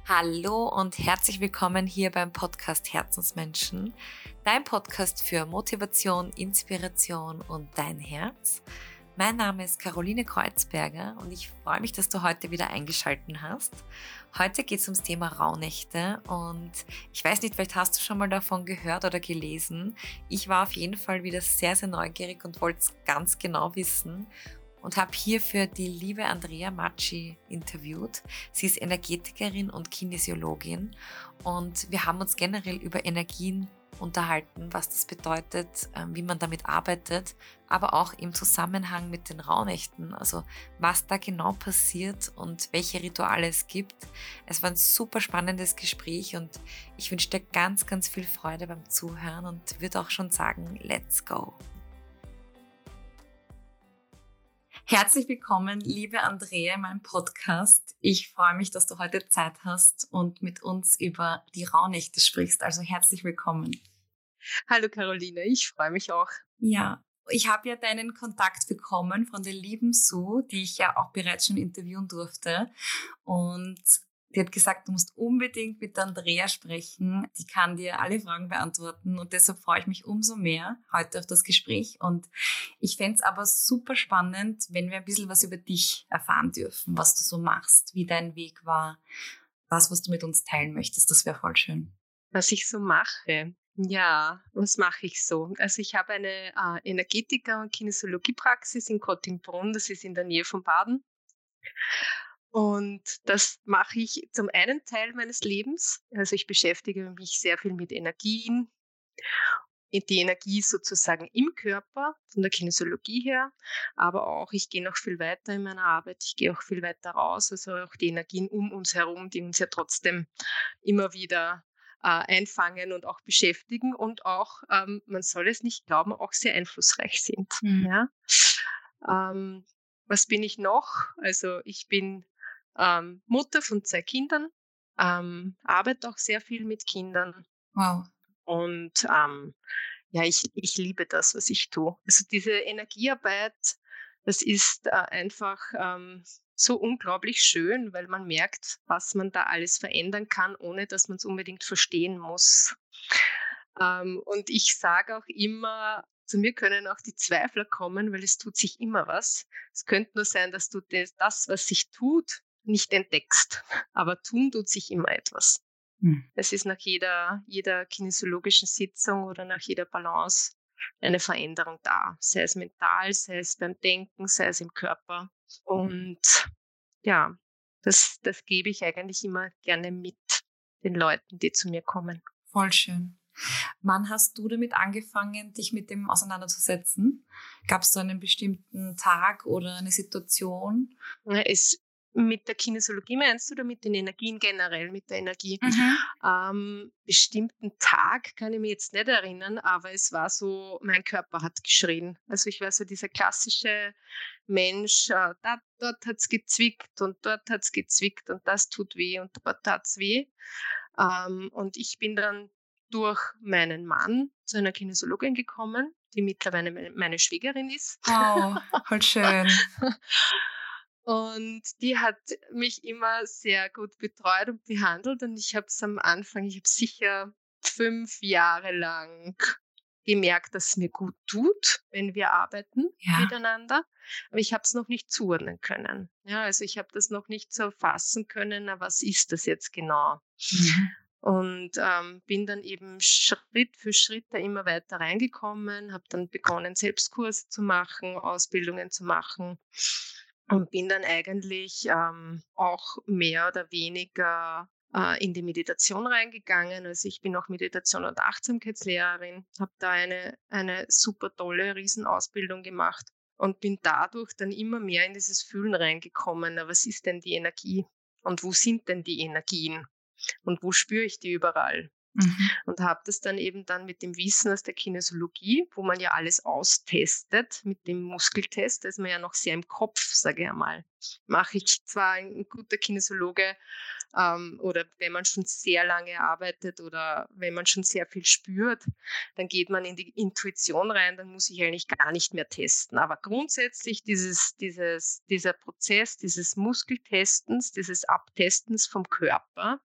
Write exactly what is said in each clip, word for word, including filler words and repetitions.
Hallo und herzlich willkommen hier beim Podcast Herzensmenschen, dein Podcast für Motivation, Inspiration und dein Herz. Mein Name ist Caroline Kreuzberger und ich freue mich, dass du heute wieder eingeschaltet hast. Heute geht es ums Thema Rauhnächte und ich weiß nicht, vielleicht hast du schon mal davon gehört oder gelesen. Ich war auf jeden Fall wieder sehr, sehr neugierig und wollte es ganz genau wissen. Und habe hierfür die liebe Andrea Macci interviewt. Sie ist Energetikerin und Kinesiologin und wir haben uns generell über Energien unterhalten, was das bedeutet, ähm, wie man damit arbeitet, aber auch im Zusammenhang mit den Rauhnächten, also was da genau passiert und welche Rituale es gibt. Es war ein super spannendes Gespräch und ich wünsche dir ganz, ganz viel Freude beim Zuhören und würde auch schon sagen, let's go! Herzlich willkommen, liebe Andrea, in meinem Podcast. Ich freue mich, dass du heute Zeit hast und mit uns über die Rauhnächte sprichst. Also herzlich willkommen. Hallo Caroline, ich freue mich auch. Ja, ich habe ja deinen Kontakt bekommen von der lieben Sue, die ich ja auch bereits schon interviewen durfte. Und die hat gesagt, du musst unbedingt mit der Andrea sprechen. Die kann dir alle Fragen beantworten und deshalb freue ich mich umso mehr heute auf das Gespräch. Und ich fände es aber super spannend, wenn wir ein bisschen was über dich erfahren dürfen, was du so machst, wie dein Weg war, das, was du mit uns teilen möchtest. Das wäre voll schön. Was ich so mache? Ja, was mache ich so? Also ich habe eine äh, Energetiker- und Kinesiologiepraxis in Kottingbrunn, das ist in der Nähe von Baden. Und das mache ich zum einen Teil meines Lebens. Also ich beschäftige mich sehr viel mit Energien, die Energie sozusagen im Körper, von der Kinesiologie her, aber auch, ich gehe noch viel weiter in meiner Arbeit, ich gehe auch viel weiter raus, also auch die Energien um uns herum, die uns ja trotzdem immer wieder äh, einfangen und auch beschäftigen und auch, ähm, man soll es nicht glauben, auch sehr einflussreich sind. Mhm. Ja? Ähm, was bin ich noch? Also ich bin ähm, Mutter von zwei Kindern, ähm, arbeite auch sehr viel mit Kindern. Wow. Und ähm, ja, ich, ich liebe das, was ich tue. Also diese Energiearbeit, das ist äh, einfach ähm, so unglaublich schön, weil man merkt, was man da alles verändern kann, ohne dass man es unbedingt verstehen muss. Ähm, und ich sage auch immer, zu mir können auch die Zweifler kommen, weil es tut sich immer was. Es könnte nur sein, dass du das, das was sich tut, nicht entdeckst. Aber tun tut sich immer etwas. Mhm. Es ist nach jeder, jeder kinesiologischen Sitzung oder nach jeder Balance eine Veränderung da. Sei es mental, sei es beim Denken, sei es im Körper. Und ja, das, das gebe ich eigentlich immer gerne mit den Leuten, die zu mir kommen. Voll schön. Wann hast du damit angefangen, dich mit dem auseinanderzusetzen? Gab es da einen bestimmten Tag oder eine Situation? Ja, Es, mit der Kinesiologie meinst du oder mit den Energien generell, mit der Energie? Mhm. Ähm, bestimmten Tag kann ich mich jetzt nicht erinnern, aber es war so, mein Körper hat geschrien. Also ich war so dieser klassische Mensch, äh, da, dort hat es gezwickt und dort hat es gezwickt und das tut weh und dort tat es weh. Ähm, und ich bin dann durch meinen Mann zu einer Kinesiologin gekommen, die mittlerweile meine meine Schwägerin ist. Wow, voll schön. Und die hat mich immer sehr gut betreut und behandelt und ich habe es am Anfang, ich habe sicher fünf Jahre lang gemerkt, dass es mir gut tut, wenn wir arbeiten Ja. miteinander, aber ich habe es noch nicht zuordnen können. Ja, also ich habe das noch nicht so erfassen können, na, was ist das jetzt genau? Mhm. Und ähm, bin dann eben Schritt für Schritt da immer weiter reingekommen, habe dann begonnen, Selbstkurse zu machen, Ausbildungen zu machen und bin dann eigentlich ähm, auch mehr oder weniger äh, in die Meditation reingegangen. Also ich bin auch Meditation- und Achtsamkeitslehrerin, habe da eine, eine super tolle Riesenausbildung gemacht und bin dadurch dann immer mehr in dieses Fühlen reingekommen. Na, was ist denn die Energie und wo sind denn die Energien? Und wo spüre ich die überall? Mhm. Und habe das dann eben dann mit dem Wissen aus der Kinesiologie, wo man ja alles austestet, mit dem Muskeltest, da ist man ja noch sehr im Kopf, sage ich einmal. Mache ich zwar ein guter Kinesiologe, ähm, oder wenn man schon sehr lange arbeitet oder wenn man schon sehr viel spürt, dann geht man in die Intuition rein, dann muss ich eigentlich gar nicht mehr testen. Aber grundsätzlich dieses, dieses, dieser Prozess dieses Muskeltestens, dieses Abtestens vom Körper,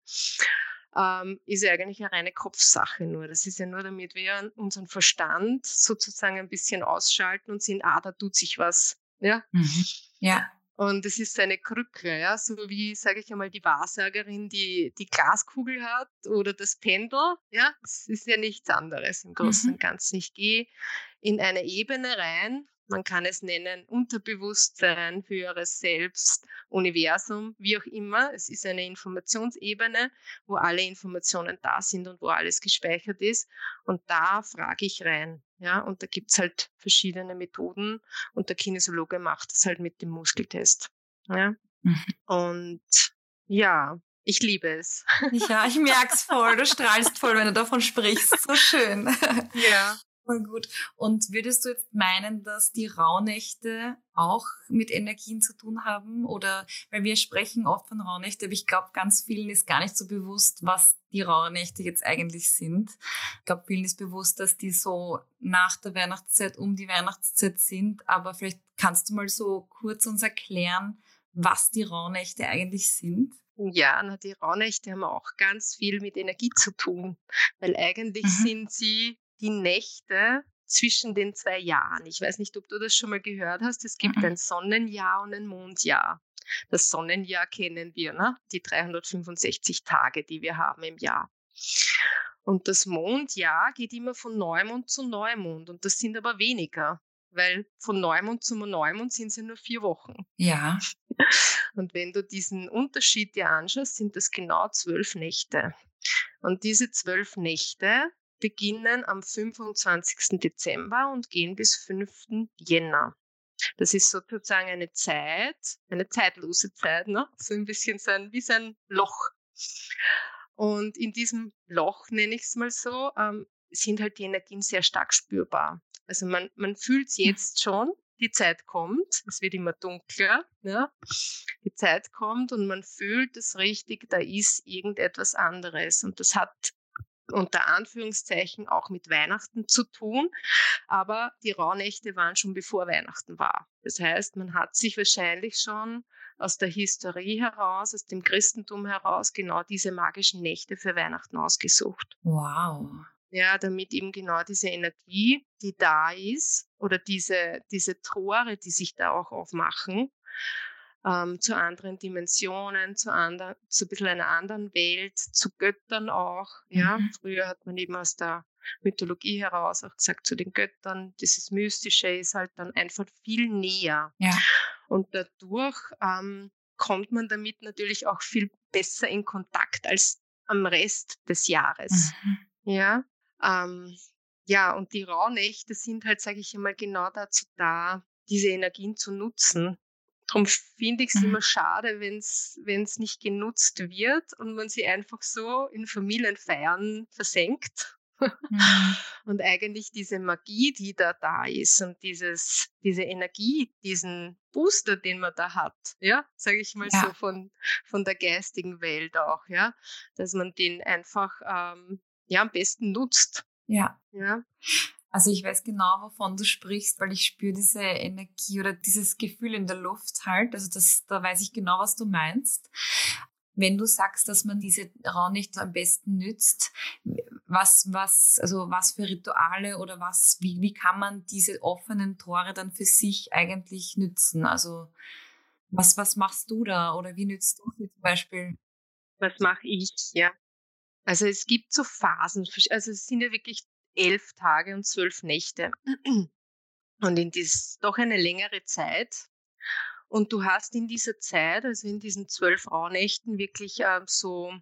ähm, ist ja eigentlich eine reine Kopfsache nur. Das ist ja nur, damit wir unseren Verstand sozusagen ein bisschen ausschalten und sehen, ah, da tut sich was. Ja. Mhm. Ja. Und es ist eine Krücke, ja, so wie, sage ich einmal, die Wahrsagerin, die die Glaskugel hat oder das Pendel, ja, es ist ja nichts anderes im Großen Mhm. und Ganzen. Ich gehe in eine Ebene rein, man kann es nennen Unterbewusstsein, höheres Selbst, Universum, wie auch immer. Es ist eine Informationsebene, wo alle Informationen da sind und wo alles gespeichert ist. Und da frage ich rein, ja, und da gibt's halt verschiedene Methoden. Und der Kinesiologe macht das halt mit dem Muskeltest. Ja? Mhm. Und ja, ich liebe es. Ja, ich merk's voll. Du strahlst voll, wenn du davon sprichst. So schön. Ja. Voll gut. Und würdest du jetzt meinen, dass die Rauhnächte auch mit Energien zu tun haben? Oder, weil wir sprechen oft von Rauhnächte, aber ich glaube, ganz vielen ist gar nicht so bewusst, was die Rauhnächte jetzt eigentlich sind. Ich glaube, vielen ist bewusst, dass die so nach der Weihnachtszeit, um die Weihnachtszeit sind. Aber vielleicht kannst du mal so kurz uns erklären, was die Rauhnächte eigentlich sind? Ja, na, die Rauhnächte haben auch ganz viel mit Energie zu tun, weil eigentlich Mhm. sind sie die Nächte zwischen den zwei Jahren. Ich weiß nicht, ob du das schon mal gehört hast. Es gibt Mhm. ein Sonnenjahr und ein Mondjahr. Das Sonnenjahr kennen wir, ne? Die dreihundertfünfundsechzig Tage, die wir haben im Jahr. Und das Mondjahr geht immer von Neumond zu Neumond. Und das sind aber weniger, weil von Neumond zu Neumond sind es ja nur vier Wochen. Ja. Und wenn du diesen Unterschied dir anschaust, sind das genau zwölf Nächte. Und diese zwölf Nächte beginnen am fünfundzwanzigsten Dezember und gehen bis fünften Jänner. Das ist sozusagen eine Zeit, eine zeitlose Zeit, ne? So ein bisschen so ein, wie so ein Loch. Und in diesem Loch, nenne ich es mal so, ähm, sind halt die Energien sehr stark spürbar. Also man, man fühlt es jetzt schon, die Zeit kommt, es wird immer dunkler, ja? Die Zeit kommt und man fühlt es richtig, da ist irgendetwas anderes. Und das hat unter Anführungszeichen auch mit Weihnachten zu tun, aber die Rauhnächte waren schon bevor Weihnachten war. Das heißt, man hat sich wahrscheinlich schon aus der Historie heraus, aus dem Christentum heraus, genau diese magischen Nächte für Weihnachten ausgesucht. Wow. Ja, damit eben genau diese Energie, die da ist, oder diese, diese Tore, die sich da auch aufmachen, ähm, zu anderen Dimensionen, zu, ander, zu ein bisschen einer anderen Welt, zu Göttern auch. Ja, Mhm. früher hat man eben aus der Mythologie heraus auch gesagt, zu den Göttern, dieses Mystische ist halt dann einfach viel näher. Ja. Und dadurch ähm, kommt man damit natürlich auch viel besser in Kontakt als am Rest des Jahres. Mhm. Ja, ähm, ja, und die Rauhnächte sind halt, sage ich einmal, genau dazu da, diese Energien zu nutzen. Darum finde ich es Mhm. immer schade, wenn es nicht genutzt wird und man sie einfach so in Familienfeiern versenkt. Mhm. Und eigentlich diese Magie, die da da ist und dieses, diese Energie, diesen Booster, den man da hat, ja, sage ich mal so Ja. von, von der geistigen Welt auch, ja, dass man den einfach ähm, ja, am besten nutzt. Ja. Ja. Also ich weiß genau, wovon du sprichst, weil ich spüre diese Energie oder dieses Gefühl in der Luft halt. Also das, da weiß ich genau, was du meinst. Wenn du sagst, dass man diese Rauhnächte am besten nützt, was, was, also was für Rituale oder was, wie, wie kann man diese offenen Tore dann für sich eigentlich nützen? Also was, was machst du da oder wie nützt du sie zum Beispiel? Was mache ich? Ja. Also es gibt so Phasen, also es sind ja wirklich elf Tage und zwölf Nächte. Und in dies doch eine längere Zeit. Und du hast in dieser Zeit, also in diesen zwölf Rauhnächten, wirklich ähm, so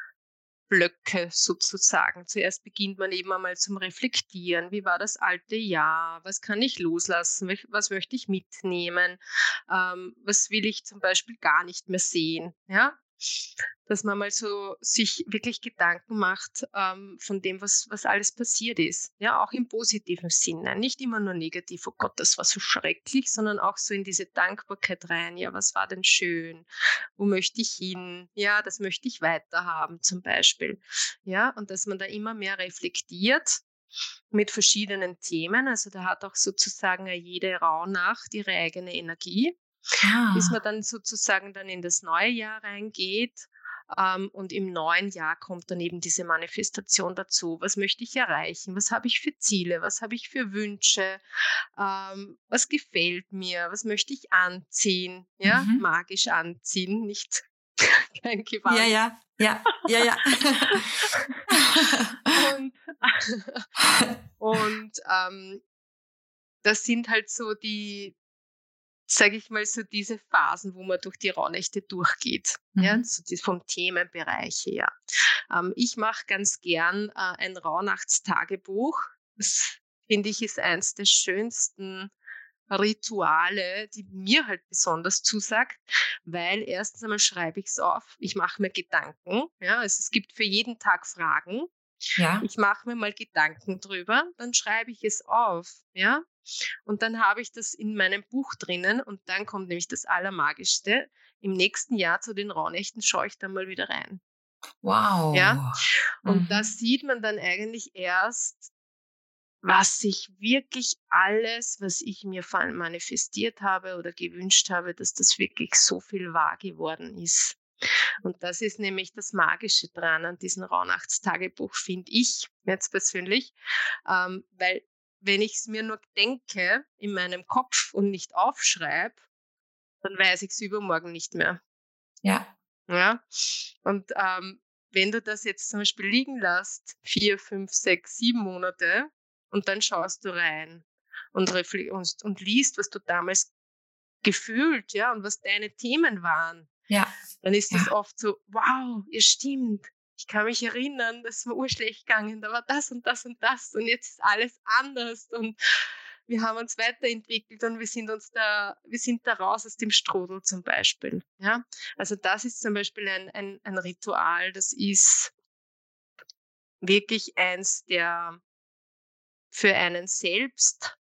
Blöcke sozusagen. Zuerst beginnt man eben einmal zum Reflektieren. Wie war das alte Jahr? Was kann ich loslassen? Welch- Was möchte ich mitnehmen? Ähm, was will ich zum Beispiel gar nicht mehr sehen? Ja? dass man mal so sich wirklich Gedanken macht ähm, von dem, was, was alles passiert ist. Ja, auch im positiven Sinne. Nicht immer nur negativ, oh Gott, das war so schrecklich, sondern auch so in diese Dankbarkeit rein. Ja, was war denn schön? Wo möchte ich hin? Ja, das möchte ich weiterhaben zum Beispiel. Ja, und dass man da immer mehr reflektiert mit verschiedenen Themen. Also da hat auch sozusagen jede Rauhnacht ihre eigene Energie, bis man Ah, dann sozusagen dann in das neue Jahr reingeht. Ähm, und im neuen Jahr kommt dann eben diese Manifestation dazu. Was möchte ich erreichen? Was habe ich für Ziele? Was habe ich für Wünsche? Ähm, was gefällt mir? Was möchte ich anziehen? Ja, mhm. magisch anziehen, nicht kein Ja, Gewand. ja, ja, ja, ja. Und, und ähm, das sind halt so die, sage ich mal, so diese Phasen, wo man durch die Rauhnächte durchgeht. Ja, Mhm. so die, vom Themenbereich her. Ähm, ich mache ganz gern äh, ein Rauhnachtstagebuch. Das finde ich ist eins der schönsten Rituale, die mir halt besonders zusagt, weil erstens einmal schreibe ich es auf, ich mache mir Gedanken. Ja, also es gibt für jeden Tag Fragen. Ja, Ich mache mir mal Gedanken drüber, dann schreibe ich es auf, ja? Und dann habe ich das in meinem Buch drinnen und dann kommt nämlich das Allermagischste. Im nächsten Jahr zu den Rauhnächten schaue ich dann mal wieder rein, ja? wow. Und da Mhm. sieht man dann eigentlich erst, was ich wirklich alles, was ich mir vor allem manifestiert habe oder gewünscht habe, dass das wirklich so viel wahr geworden ist. Und das ist nämlich das Magische dran an diesem Rauhnachtstagebuch, finde ich jetzt persönlich, ähm, weil wenn ich es mir nur denke in meinem Kopf und nicht aufschreibe, dann weiß ich es übermorgen nicht mehr. Ja, Ja? Und ähm, wenn du das jetzt zum Beispiel liegen lässt, vier, fünf, sechs, sieben Monate und dann schaust du rein und, refle- und, und liest, was du damals gefühlt, ja, und was deine Themen waren, ja, dann ist es ja, oft so: „Wow, ja stimmt. Ich kann mich erinnern, das ist mir urschlecht gegangen, da war das und das und das und jetzt ist alles anders und wir haben uns weiterentwickelt und wir sind uns da wir sind da raus aus dem Strudel“, zum Beispiel, ja? Also, das ist zum Beispiel ein ein ein Ritual, das ist wirklich eins der für einen selbst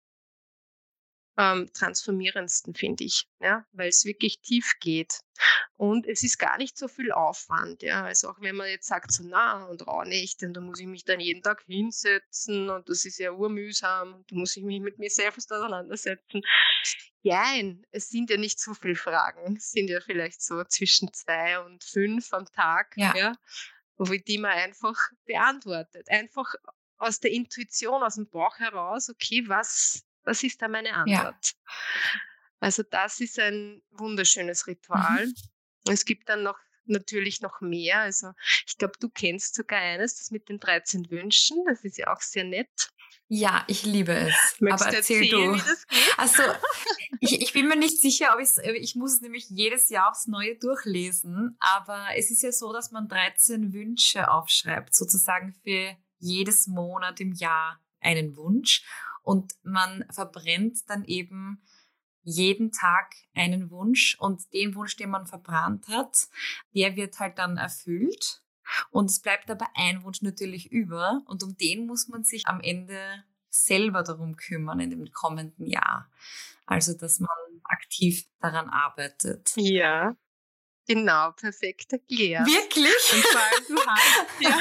ähm, transformierendsten, finde ich, ja, weil es wirklich tief geht. Und es ist gar nicht so viel Aufwand, ja. Also auch wenn man jetzt sagt, so na und Rauhnächte, und da muss ich mich dann jeden Tag hinsetzen und das ist ja urmühsam und da muss ich mich mit mir selbst auseinandersetzen. Nein, es sind ja nicht so viele Fragen. Es sind ja vielleicht so zwischen zwei und fünf am Tag, ja, ja, wo die man einfach beantwortet. Einfach aus der Intuition, aus dem Bauch heraus, okay, was was ist da meine ja. Antwort? Also, das ist ein wunderschönes Mhm. Ritual. Es gibt dann noch natürlich noch mehr. Also, ich glaube, du kennst sogar eines, das mit den dreizehn Wünschen. Das ist ja auch sehr nett. Ja, ich liebe es. Aber Möchtest du erzähl erzählen, du. wie das geht? Also, ich, ich bin mir nicht sicher, ob ich's, äh, ich muss es nämlich jedes Jahr aufs Neue durchlesen, aber es ist ja so, dass man dreizehn Wünsche aufschreibt, sozusagen für jedes Monat im Jahr einen Wunsch und man verbrennt dann eben jeden Tag einen Wunsch und den Wunsch, den man verbrannt hat, der wird halt dann erfüllt. Und es bleibt aber ein Wunsch natürlich über und um den muss man sich am Ende selber darum kümmern in dem kommenden Jahr. Also, dass man aktiv daran arbeitet. Ja, genau, perfekt erklärt. Wirklich? Und vor allem du hast ja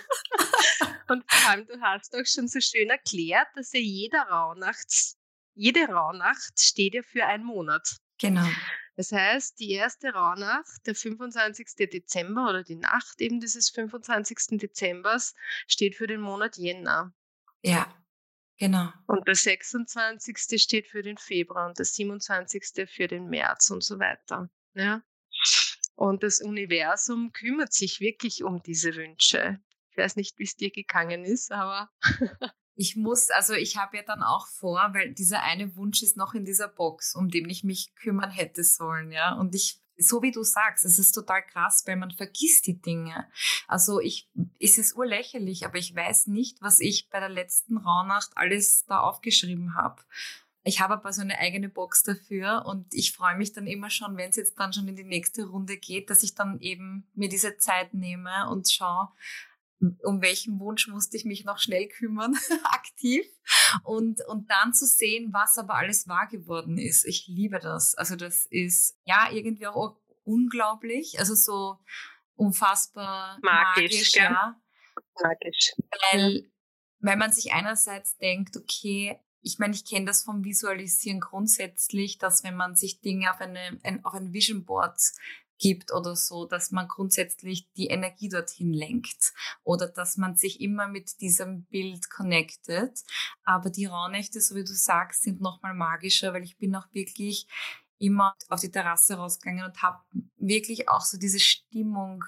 und vor allem du hast auch schon so schön erklärt, dass ja jeder Rauhnachts jede Rauhnacht steht ja für einen Monat. Genau. Das heißt, die erste Rauhnacht, der fünfundzwanzigste Dezember oder die Nacht eben dieses fünfundzwanzigsten Dezembers steht für den Monat Jänner. Ja, genau. Und der sechsundzwanzigste steht für den Februar und der siebenundzwanzigste für den März und so weiter. Ja? Und das Universum kümmert sich wirklich um diese Wünsche. Ich weiß nicht, wie es dir gegangen ist, aber Ich muss, also ich habe ja dann auch vor, weil dieser eine Wunsch ist noch in dieser Box, um den ich mich kümmern hätte sollen, ja. Und ich, so wie du sagst, es ist total krass, weil man vergisst die Dinge. Also ich, es ist urlächerlich, aber ich weiß nicht, was ich bei der letzten Rauhnacht alles da aufgeschrieben habe. ich habe aber so eine eigene Box dafür und ich freue mich dann immer schon, wenn es jetzt dann schon in die nächste Runde geht, dass ich dann eben mir diese Zeit nehme und schaue, um welchen Wunsch musste ich mich noch schnell kümmern, aktiv. Und, und dann zu sehen, was aber alles wahr geworden ist. Ich liebe das. Also das ist ja irgendwie auch unglaublich, also so unfassbar Magisch, magisch, gell? ja. Magisch. Weil, weil man sich einerseits denkt, okay, ich meine, ich kenne das vom Visualisieren grundsätzlich, dass wenn man sich Dinge auf, eine, ein, auf ein Vision Board gibt oder so, dass man grundsätzlich die Energie dorthin lenkt oder dass man sich immer mit diesem Bild connectet. Aber die Rauhnächte, so wie du sagst, sind nochmal magischer, weil ich bin auch wirklich immer auf die Terrasse rausgegangen und habe wirklich auch so diese Stimmung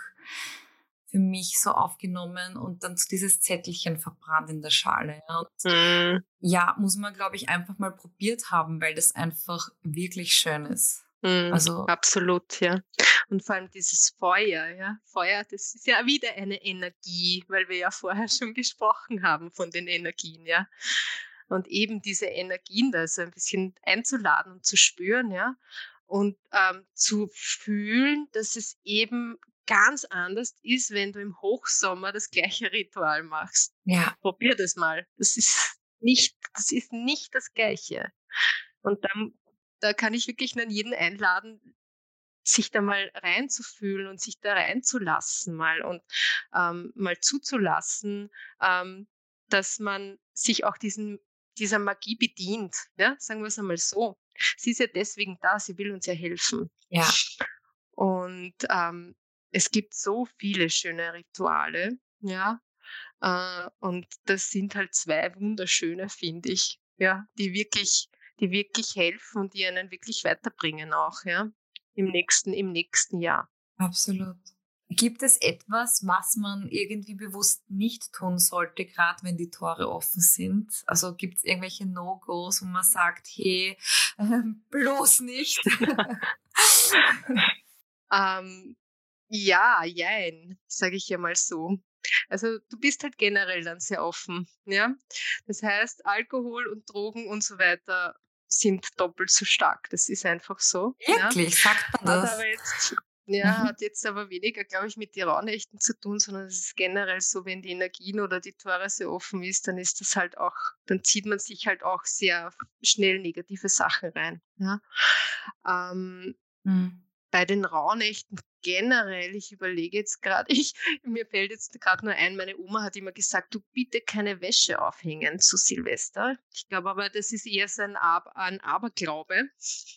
für mich so aufgenommen und dann so dieses Zettelchen verbrannt in der Schale. Ja, und Mm. ja, muss man, glaube ich, einfach mal probiert haben, weil das einfach wirklich schön ist. Mm, Also absolut, ja. Und vor allem dieses Feuer, ja. Feuer, das ist ja wieder eine Energie, weil wir ja vorher schon gesprochen haben von den Energien, ja. Und eben diese Energien da so ein bisschen einzuladen und zu spüren, ja. Und ähm, zu fühlen, dass es eben ganz anders ist, wenn du im Hochsommer das gleiche Ritual machst. ja, Probier das mal. Das ist nicht, das ist nicht das Gleiche. Und dann, da kann ich wirklich nur jeden einladen, sich da mal reinzufühlen und sich da reinzulassen mal und ähm, mal zuzulassen, ähm, dass man sich auch diesen, dieser Magie bedient. Ja? Sagen wir es einmal so. Sie ist ja deswegen da, sie will uns ja helfen. ja, Und ähm, es gibt so viele schöne Rituale, ja. Äh, und das sind halt zwei wunderschöne, finde ich, ja, die wirklich, die wirklich helfen und die einen wirklich weiterbringen auch, ja, im nächsten, im nächsten Jahr. absolut. Gibt es etwas, was man irgendwie bewusst nicht tun sollte, gerade wenn die Tore offen sind? Also gibt es irgendwelche No-Gos, wo man sagt, hey, äh, bloß nicht? Ähm, ja, jein, sage ich ja mal so. Also du bist halt generell dann sehr offen, ja. Das heißt, Alkohol und Drogen und so weiter sind doppelt so stark. Das ist einfach so. Ja. Wirklich, sagt man Hat das? aber jetzt, ja, Mhm. hat jetzt aber weniger, glaube ich, mit den Rauhnächten zu tun, sondern es ist generell so, wenn die Energien oder die Tore sehr offen ist, dann ist das halt auch, dann zieht man sich halt auch sehr schnell negative Sachen rein. Ja. Ähm, Mhm. bei den Rauhnächten generell, ich überlege jetzt gerade, ich, mir fällt jetzt gerade nur ein, meine Oma hat immer gesagt, du bitte keine Wäsche aufhängen zu Silvester. Ich glaube aber, das ist eher so ein, Ab ein Aberglaube.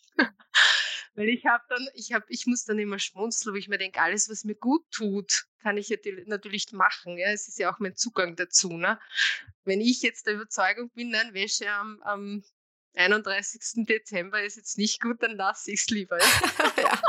Weil ich habe dann, ich habe, ich muss dann immer schmunzeln, wo ich mir denke, alles, was mir gut tut, kann ich ja natürlich machen. Ja, es ist ja auch mein Zugang dazu. Ne? Wenn ich jetzt der Überzeugung bin, nein, Wäsche am, am einunddreißigsten Dezember ist jetzt nicht gut, dann lasse ich es lieber. Ja? Ja.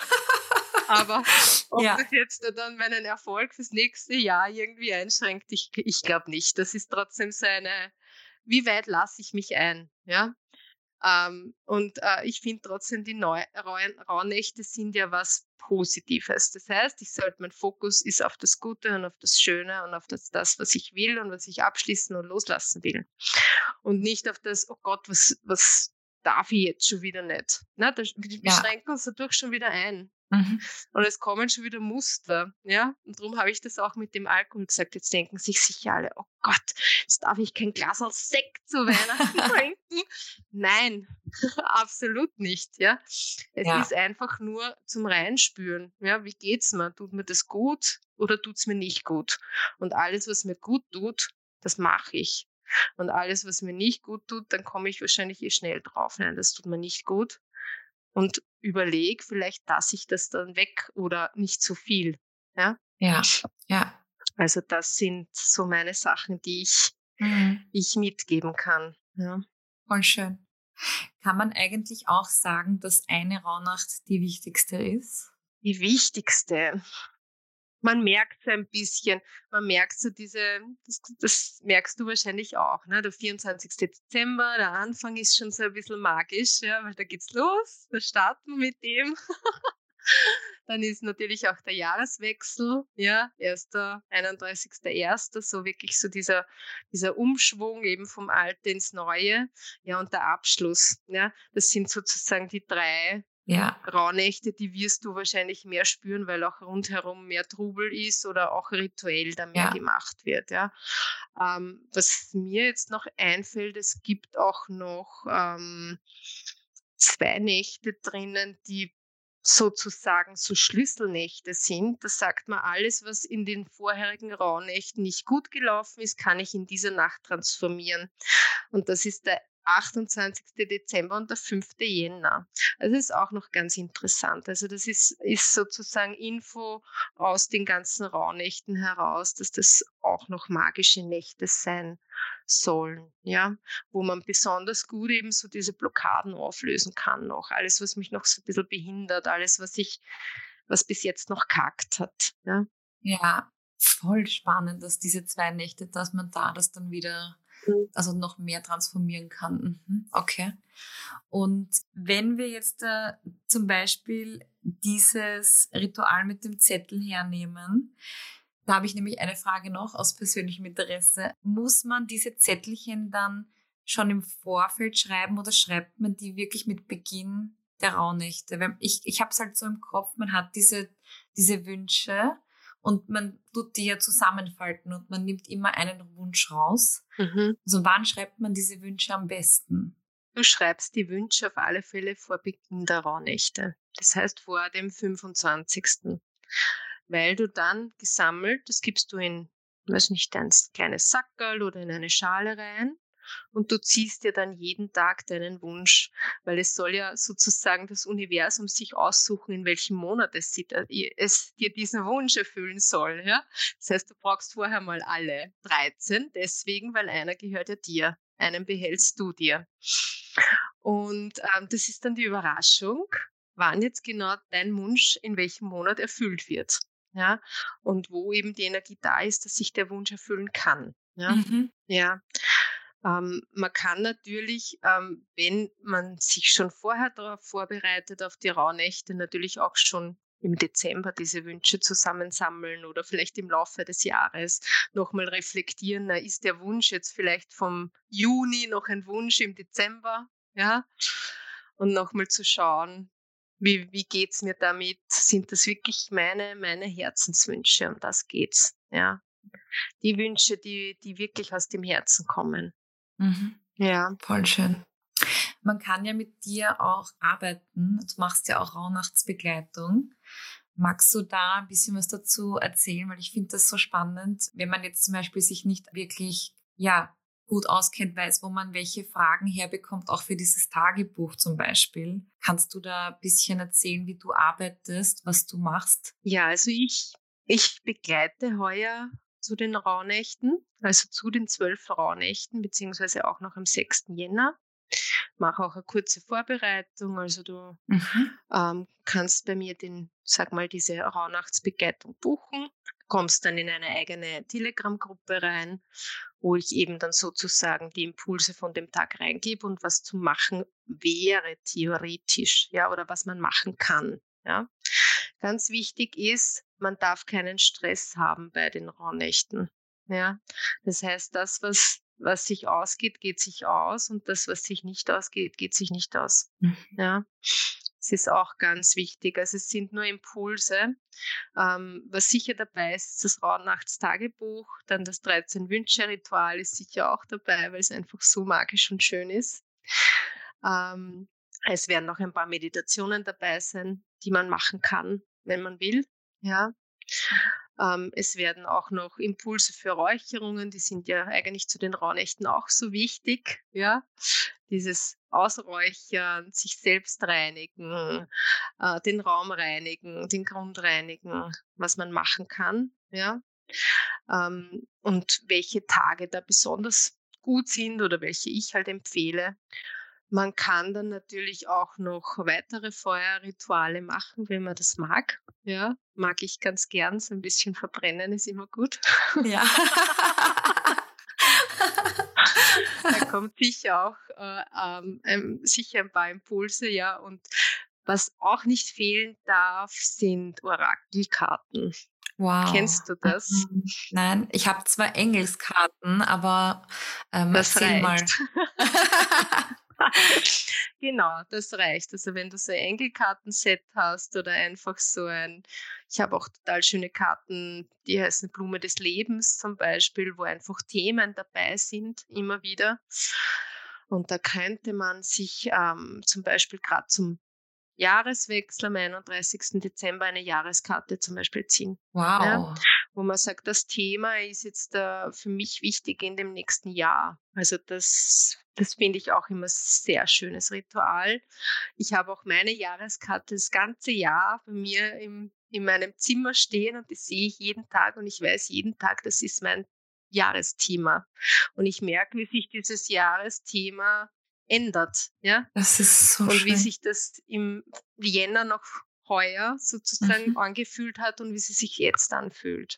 Aber ob Ja. das jetzt dann meinen Erfolg fürs nächste Jahr irgendwie einschränkt, ich, ich glaube nicht. Das ist trotzdem so eine, wie weit lasse ich mich ein? Ja. Ähm, und äh, ich finde trotzdem, die Neu Rau- Rauhnächte sind ja was Positives. Das heißt, ich sollte, mein Fokus ist auf das Gute und auf das Schöne und auf das, das, was ich will und was ich abschließen und loslassen will. Und nicht auf das, oh Gott, was, was darf ich jetzt schon wieder nicht? Na, das, wir Ja. schränken uns dadurch schon wieder ein. Mhm. Und es kommen schon wieder Muster, ja. Und darum habe ich das auch mit dem Alkohol gesagt. Jetzt denken sich sicher alle, oh Gott, jetzt darf ich kein Glas aus Sekt zu Weihnachten trinken. Nein, absolut nicht, ja. Es Ja. ist einfach nur zum Reinspüren, ja. Wie geht's mir? Tut mir das gut oder tut's mir nicht gut? Und alles, was mir gut tut, das mache ich. Und alles, was mir nicht gut tut, dann komme ich wahrscheinlich eh schnell drauf. Nein, das tut mir nicht gut. Und überleg, vielleicht lasse ich das dann weg oder nicht zu viel. Ja? Ja. Ja. Also das sind so meine Sachen, die ich, Mhm. ich mitgeben kann. Ja. Voll schön. Kann man eigentlich auch sagen, dass eine Rauhnacht die wichtigste ist? Die wichtigste. Man merkt so ein bisschen, man merkt so diese, das, das merkst du wahrscheinlich auch, ne? Der vierundzwanzigsten Dezember, der Anfang ist schon so ein bisschen magisch, ja, weil da geht's los, da starten wir mit dem. Dann ist natürlich auch der Jahreswechsel, ja, erster einunddreißigster erster so wirklich so dieser dieser Umschwung eben vom Alten ins Neue, ja, und der Abschluss, ja. Das sind sozusagen die drei Ja, Rauhnächte, die wirst du wahrscheinlich mehr spüren, weil auch rundherum mehr Trubel ist oder auch rituell da mehr ja, gemacht wird, ja. Ähm, was mir jetzt noch einfällt, es gibt auch noch, ähm, zwei Nächte drinnen, die sozusagen so Schlüsselnächte sind. Da sagt man, alles, was in den vorherigen Rauhnächten nicht gut gelaufen ist, kann ich in dieser Nacht transformieren. Und das ist der achtundzwanzigster Dezember und der fünfter Jänner. Also das ist auch noch ganz interessant. Also das ist, ist sozusagen Info aus den ganzen Rauhnächten heraus, dass das auch noch magische Nächte sein sollen, ja, wo man besonders gut eben so diese Blockaden auflösen kann noch. Alles, was mich noch so ein bisschen behindert, alles, was ich, was bis jetzt noch gehakt hat, ja. ja. Voll spannend, dass diese zwei Nächte, dass man da das dann wieder, Mhm. also noch mehr transformieren kann. Mhm. Okay. Und wenn wir jetzt äh, zum Beispiel dieses Ritual mit dem Zettel hernehmen, da habe ich nämlich eine Frage noch aus persönlichem Interesse. Muss man diese Zettelchen dann schon im Vorfeld schreiben oder schreibt man die wirklich mit Beginn der Rauhnächte? Weil ich ich habe es halt so im Kopf, man hat diese, diese Wünsche und man tut die ja zusammenfalten und man nimmt immer einen Wunsch raus. Mhm. Also wann schreibt man diese Wünsche am besten? Du schreibst die Wünsche auf alle Fälle vor Beginn der Rauhnächte. Das heißt vor dem fünfundzwanzigsten. Weil du dann gesammelt, das gibst du in, weiß nicht, ein kleines Sackerl oder in eine Schale rein und du ziehst dir dann jeden Tag deinen Wunsch, weil es soll ja sozusagen das Universum sich aussuchen, in welchem Monat es, sie, es dir diesen Wunsch erfüllen soll. Ja? Das heißt, du brauchst vorher mal alle dreizehn, deswegen, weil einer gehört ja dir, einen behältst du dir. Und ähm, das ist dann die Überraschung, wann jetzt genau dein Wunsch in welchem Monat erfüllt wird. Ja? Und wo eben die Energie da ist, dass sich der Wunsch erfüllen kann. Ja. Mhm. Ja. Ähm, man kann natürlich, ähm, wenn man sich schon vorher darauf vorbereitet, auf die Rauhnächte, natürlich auch schon im Dezember diese Wünsche zusammensammeln oder vielleicht im Laufe des Jahres nochmal reflektieren, na, ist der Wunsch jetzt vielleicht vom Juni noch ein Wunsch im Dezember, ja, und nochmal zu schauen, wie, wie geht es mir damit? Sind das wirklich meine, meine Herzenswünsche? Um das geht's, ja. Die Wünsche, die, die wirklich aus dem Herzen kommen. Mhm. Ja. Voll schön. Man kann ja mit dir auch arbeiten. Du machst ja auch Rauhnachtsbegleitung. Magst du da ein bisschen was dazu erzählen? Weil ich finde das so spannend, wenn man jetzt zum Beispiel sich nicht wirklich, ja, gut auskennt, weiß, wo man welche Fragen herbekommt, auch für dieses Tagebuch zum Beispiel. Kannst du da ein bisschen erzählen, wie du arbeitest, was du machst? Ja, also ich, ich begleite heuer zu den Rauhnächten, also zu den zwölf Rauhnächten, beziehungsweise auch noch am sechsten Jänner. Mache auch eine kurze Vorbereitung, also du Mhm. ähm, kannst bei mir den, sag mal, diese Rauhnachtsbegleitung buchen, kommst dann in eine eigene Telegram-Gruppe rein, wo ich eben dann sozusagen die Impulse von dem Tag reingebe und was zu machen wäre theoretisch, ja, oder was man machen kann, ja. Ganz wichtig ist, man darf keinen Stress haben bei den Rauhnächten, ja. Das heißt, das, was was sich ausgeht, geht sich aus und das, was sich nicht ausgeht, geht sich nicht aus. Mhm. Ja, es ist auch ganz wichtig. Also es sind nur Impulse. Ähm, was sicher dabei ist, ist das Rauhnachtstagebuch, dann das dreizehn-Wünsche-Ritual ist sicher auch dabei, weil es einfach so magisch und schön ist. Ähm, es werden noch ein paar Meditationen dabei sein, die man machen kann, wenn man will. Ja. Ähm, es werden auch noch Impulse für Räucherungen, die sind ja eigentlich zu den Rauhnächten auch so wichtig. Ja. Dieses Ausräuchern, sich selbst reinigen, äh, den Raum reinigen, den Grund reinigen, was man machen kann. Ja. Ähm, und welche Tage da besonders gut sind oder welche ich halt empfehle. Man kann dann natürlich auch noch weitere Feuerrituale machen, wenn man das mag. Ja, mag ich ganz gern. So ein bisschen verbrennen ist immer gut. Ja. Da kommt sicher auch äh, ähm, ähm, sicher ein paar Impulse, ja. Und Was auch nicht fehlen darf, sind Orakelkarten. Wow. Kennst du das? Mhm. Nein, ich habe zwar Engelskarten, aber ähm, Das erzähl mal. reicht. Genau, das reicht. Also wenn du so ein Engelkartenset hast oder einfach so ein, ich habe auch total schöne Karten, die heißen Blume des Lebens zum Beispiel, wo einfach Themen dabei sind, immer wieder. Und da könnte man sich ähm, zum Beispiel gerade zum Jahreswechsel am einunddreißigsten Dezember eine Jahreskarte zum Beispiel ziehen. Ja, Wow. wo man sagt, das Thema ist jetzt äh, für mich wichtig in dem nächsten Jahr. Also das, das finde ich auch immer ein sehr schönes Ritual. Ich habe auch meine Jahreskarte das ganze Jahr bei mir im, in meinem Zimmer stehen und die sehe ich jeden Tag und ich weiß jeden Tag, das ist mein Jahresthema. Und ich merke, wie sich dieses Jahresthema ändert. Ja? Das ist so Und wie schön. sich das im Jänner noch heuer sozusagen Mhm. angefühlt hat und wie sie sich jetzt anfühlt.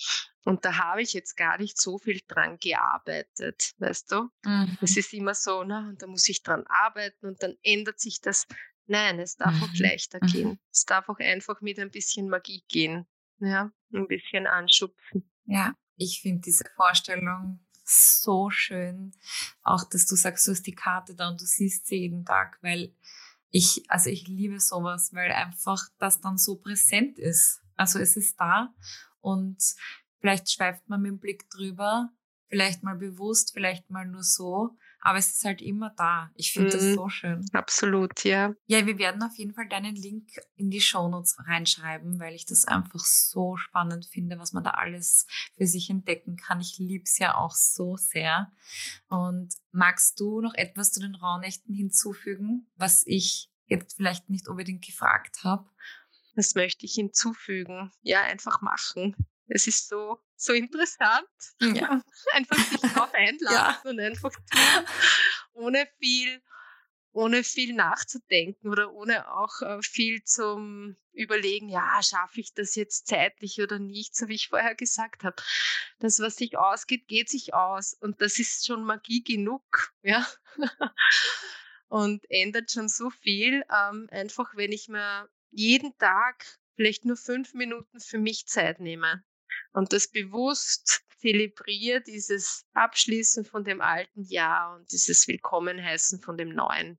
Und da habe ich jetzt gar nicht so viel dran gearbeitet, weißt du? Mhm. Es ist immer so, na, und da muss ich dran arbeiten und dann ändert sich das. Nein, es darf auch Mhm. leichter Mhm. gehen. Es darf auch einfach mit ein bisschen Magie gehen. Ja, ein bisschen anschubsen. Ja, ich finde diese Vorstellung so schön. Auch, dass du sagst, du hast die Karte da und du siehst sie jeden Tag, weil ich, also ich liebe sowas, weil einfach das dann so präsent ist. Also es ist da und vielleicht schweift man mit dem Blick drüber, vielleicht mal bewusst, vielleicht mal nur so, aber es ist halt immer da. Ich finde das Mhm, so schön. absolut, ja. Ja, wir werden auf jeden Fall deinen Link in die Shownotes reinschreiben, weil ich das einfach so spannend finde, was man da alles für sich entdecken kann. Ich liebe es ja auch so sehr. Und magst du noch etwas zu den Rauhnächten hinzufügen, was ich jetzt vielleicht nicht unbedingt gefragt habe? Das möchte ich hinzufügen. Ja, einfach machen. Es ist so, so interessant. Ja. Einfach sich drauf einlassen Ja. und einfach tun, ohne viel, ohne viel nachzudenken oder ohne auch äh, viel zum Überlegen, ja, schaffe ich das jetzt zeitlich oder nicht, so wie ich vorher gesagt habe. Das, was sich ausgeht, geht sich aus. Und das ist schon Magie genug, ja. Und ändert schon so viel. Ähm, einfach, wenn ich mir jeden Tag vielleicht nur fünf Minuten für mich Zeit nehme und das bewusst zelebriere, dieses Abschließen von dem alten Jahr und dieses Willkommenheißen von dem neuen.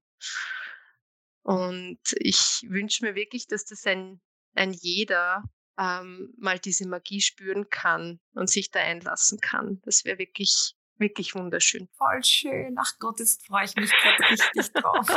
Und ich wünsche mir wirklich, dass das ein, ein jeder ähm, mal diese Magie spüren kann und sich da einlassen kann. Das wäre wirklich, wirklich wunderschön. Voll schön. Ach Gott, jetzt freue ich mich gerade richtig drauf.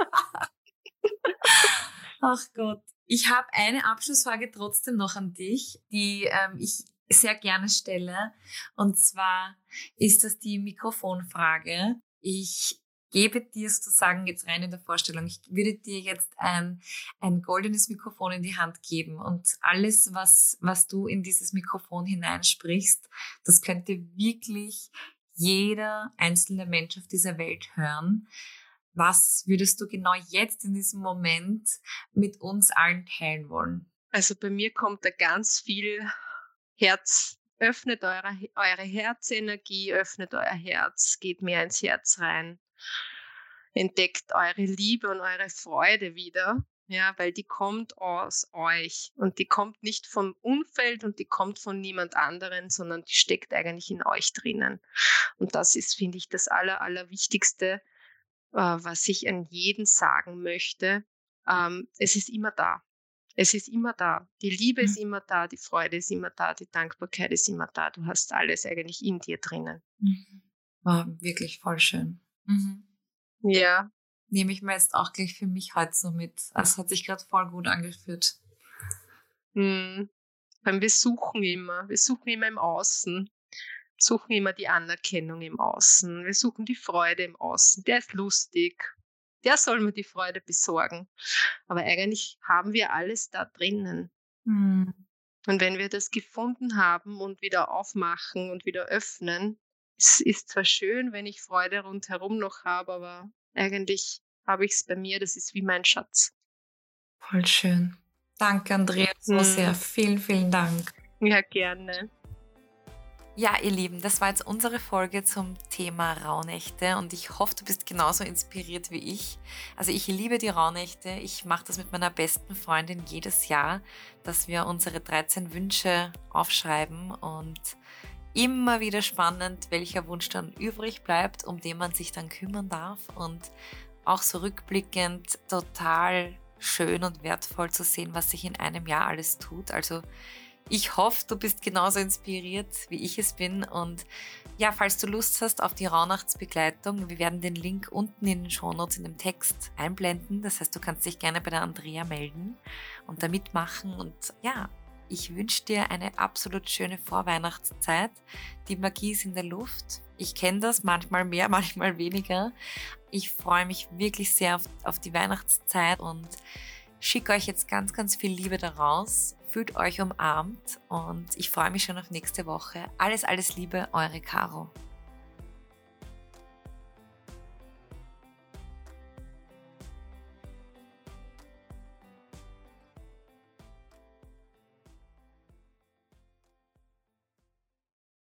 Ach Gott. Ich habe eine Abschlussfrage trotzdem noch an dich, die ähm, ich sehr gerne stelle. Und zwar ist das die Mikrofonfrage. Ich gebe dir sozusagen jetzt rein in der Vorstellung, ich würde dir jetzt ein, ein goldenes Mikrofon in die Hand geben und alles, was, was du in dieses Mikrofon hineinsprichst, das könnte wirklich jeder einzelne Mensch auf dieser Welt hören. Was würdest du genau jetzt in diesem Moment mit uns allen teilen wollen? Also bei mir kommt da ganz viel Herz. Öffnet eure, eure Herzenergie, öffnet euer Herz, geht mehr ins Herz rein. Entdeckt eure Liebe und eure Freude wieder, ja, weil die kommt aus euch und die kommt nicht vom Umfeld und die kommt von niemand anderen, sondern die steckt eigentlich in euch drinnen. Und das ist, finde ich, das Aller, Allerwichtigste, äh, was ich an jeden sagen möchte. Ähm, es ist immer da. Es ist immer da. Die Liebe ist immer da, die Freude ist immer da, die Dankbarkeit ist immer da. Du hast alles eigentlich in dir drinnen. Mhm. War wirklich voll schön. Mhm. Ja. Nehme ich mir jetzt auch gleich für mich heute so mit. Das hat sich gerade voll gut angefühlt. Mhm. Wir suchen immer, wir suchen immer im Außen, suchen immer die Anerkennung im Außen, wir suchen die Freude im Außen. Der ist lustig, der soll mir die Freude besorgen. Aber eigentlich haben wir alles da drinnen. Mhm. Und wenn wir das gefunden haben und wieder aufmachen und wieder öffnen, es ist zwar schön, wenn ich Freude rundherum noch habe, aber eigentlich habe ich es bei mir, das ist wie mein Schatz. Voll schön. Danke, Andrea, so Hm. sehr. Vielen, vielen Dank. Ja, gerne. Ja, ihr Lieben, das war jetzt unsere Folge zum Thema Rauhnächte und ich hoffe, du bist genauso inspiriert wie ich. Also ich liebe die Rauhnächte. Ich mache das mit meiner besten Freundin jedes Jahr, dass wir unsere dreizehn Wünsche aufschreiben und immer wieder spannend, welcher Wunsch dann übrig bleibt, um den man sich dann kümmern darf und auch so rückblickend total schön und wertvoll zu sehen, was sich in einem Jahr alles tut. Also ich hoffe, du bist genauso inspiriert, wie ich es bin. Und ja, falls du Lust hast auf die Rauhnachtsbegleitung, wir werden den Link unten in den Shownotes in dem Text einblenden. Das heißt, du kannst dich gerne bei der Andrea melden und da mitmachen. Und ja, ich wünsche dir eine absolut schöne Vorweihnachtszeit. Die Magie ist in der Luft. Ich kenne das, manchmal mehr, manchmal weniger. Ich freue mich wirklich sehr auf, auf die Weihnachtszeit und schicke euch jetzt ganz, ganz viel Liebe daraus. Fühlt euch umarmt und ich freue mich schon auf nächste Woche. Alles, alles Liebe, eure Caro.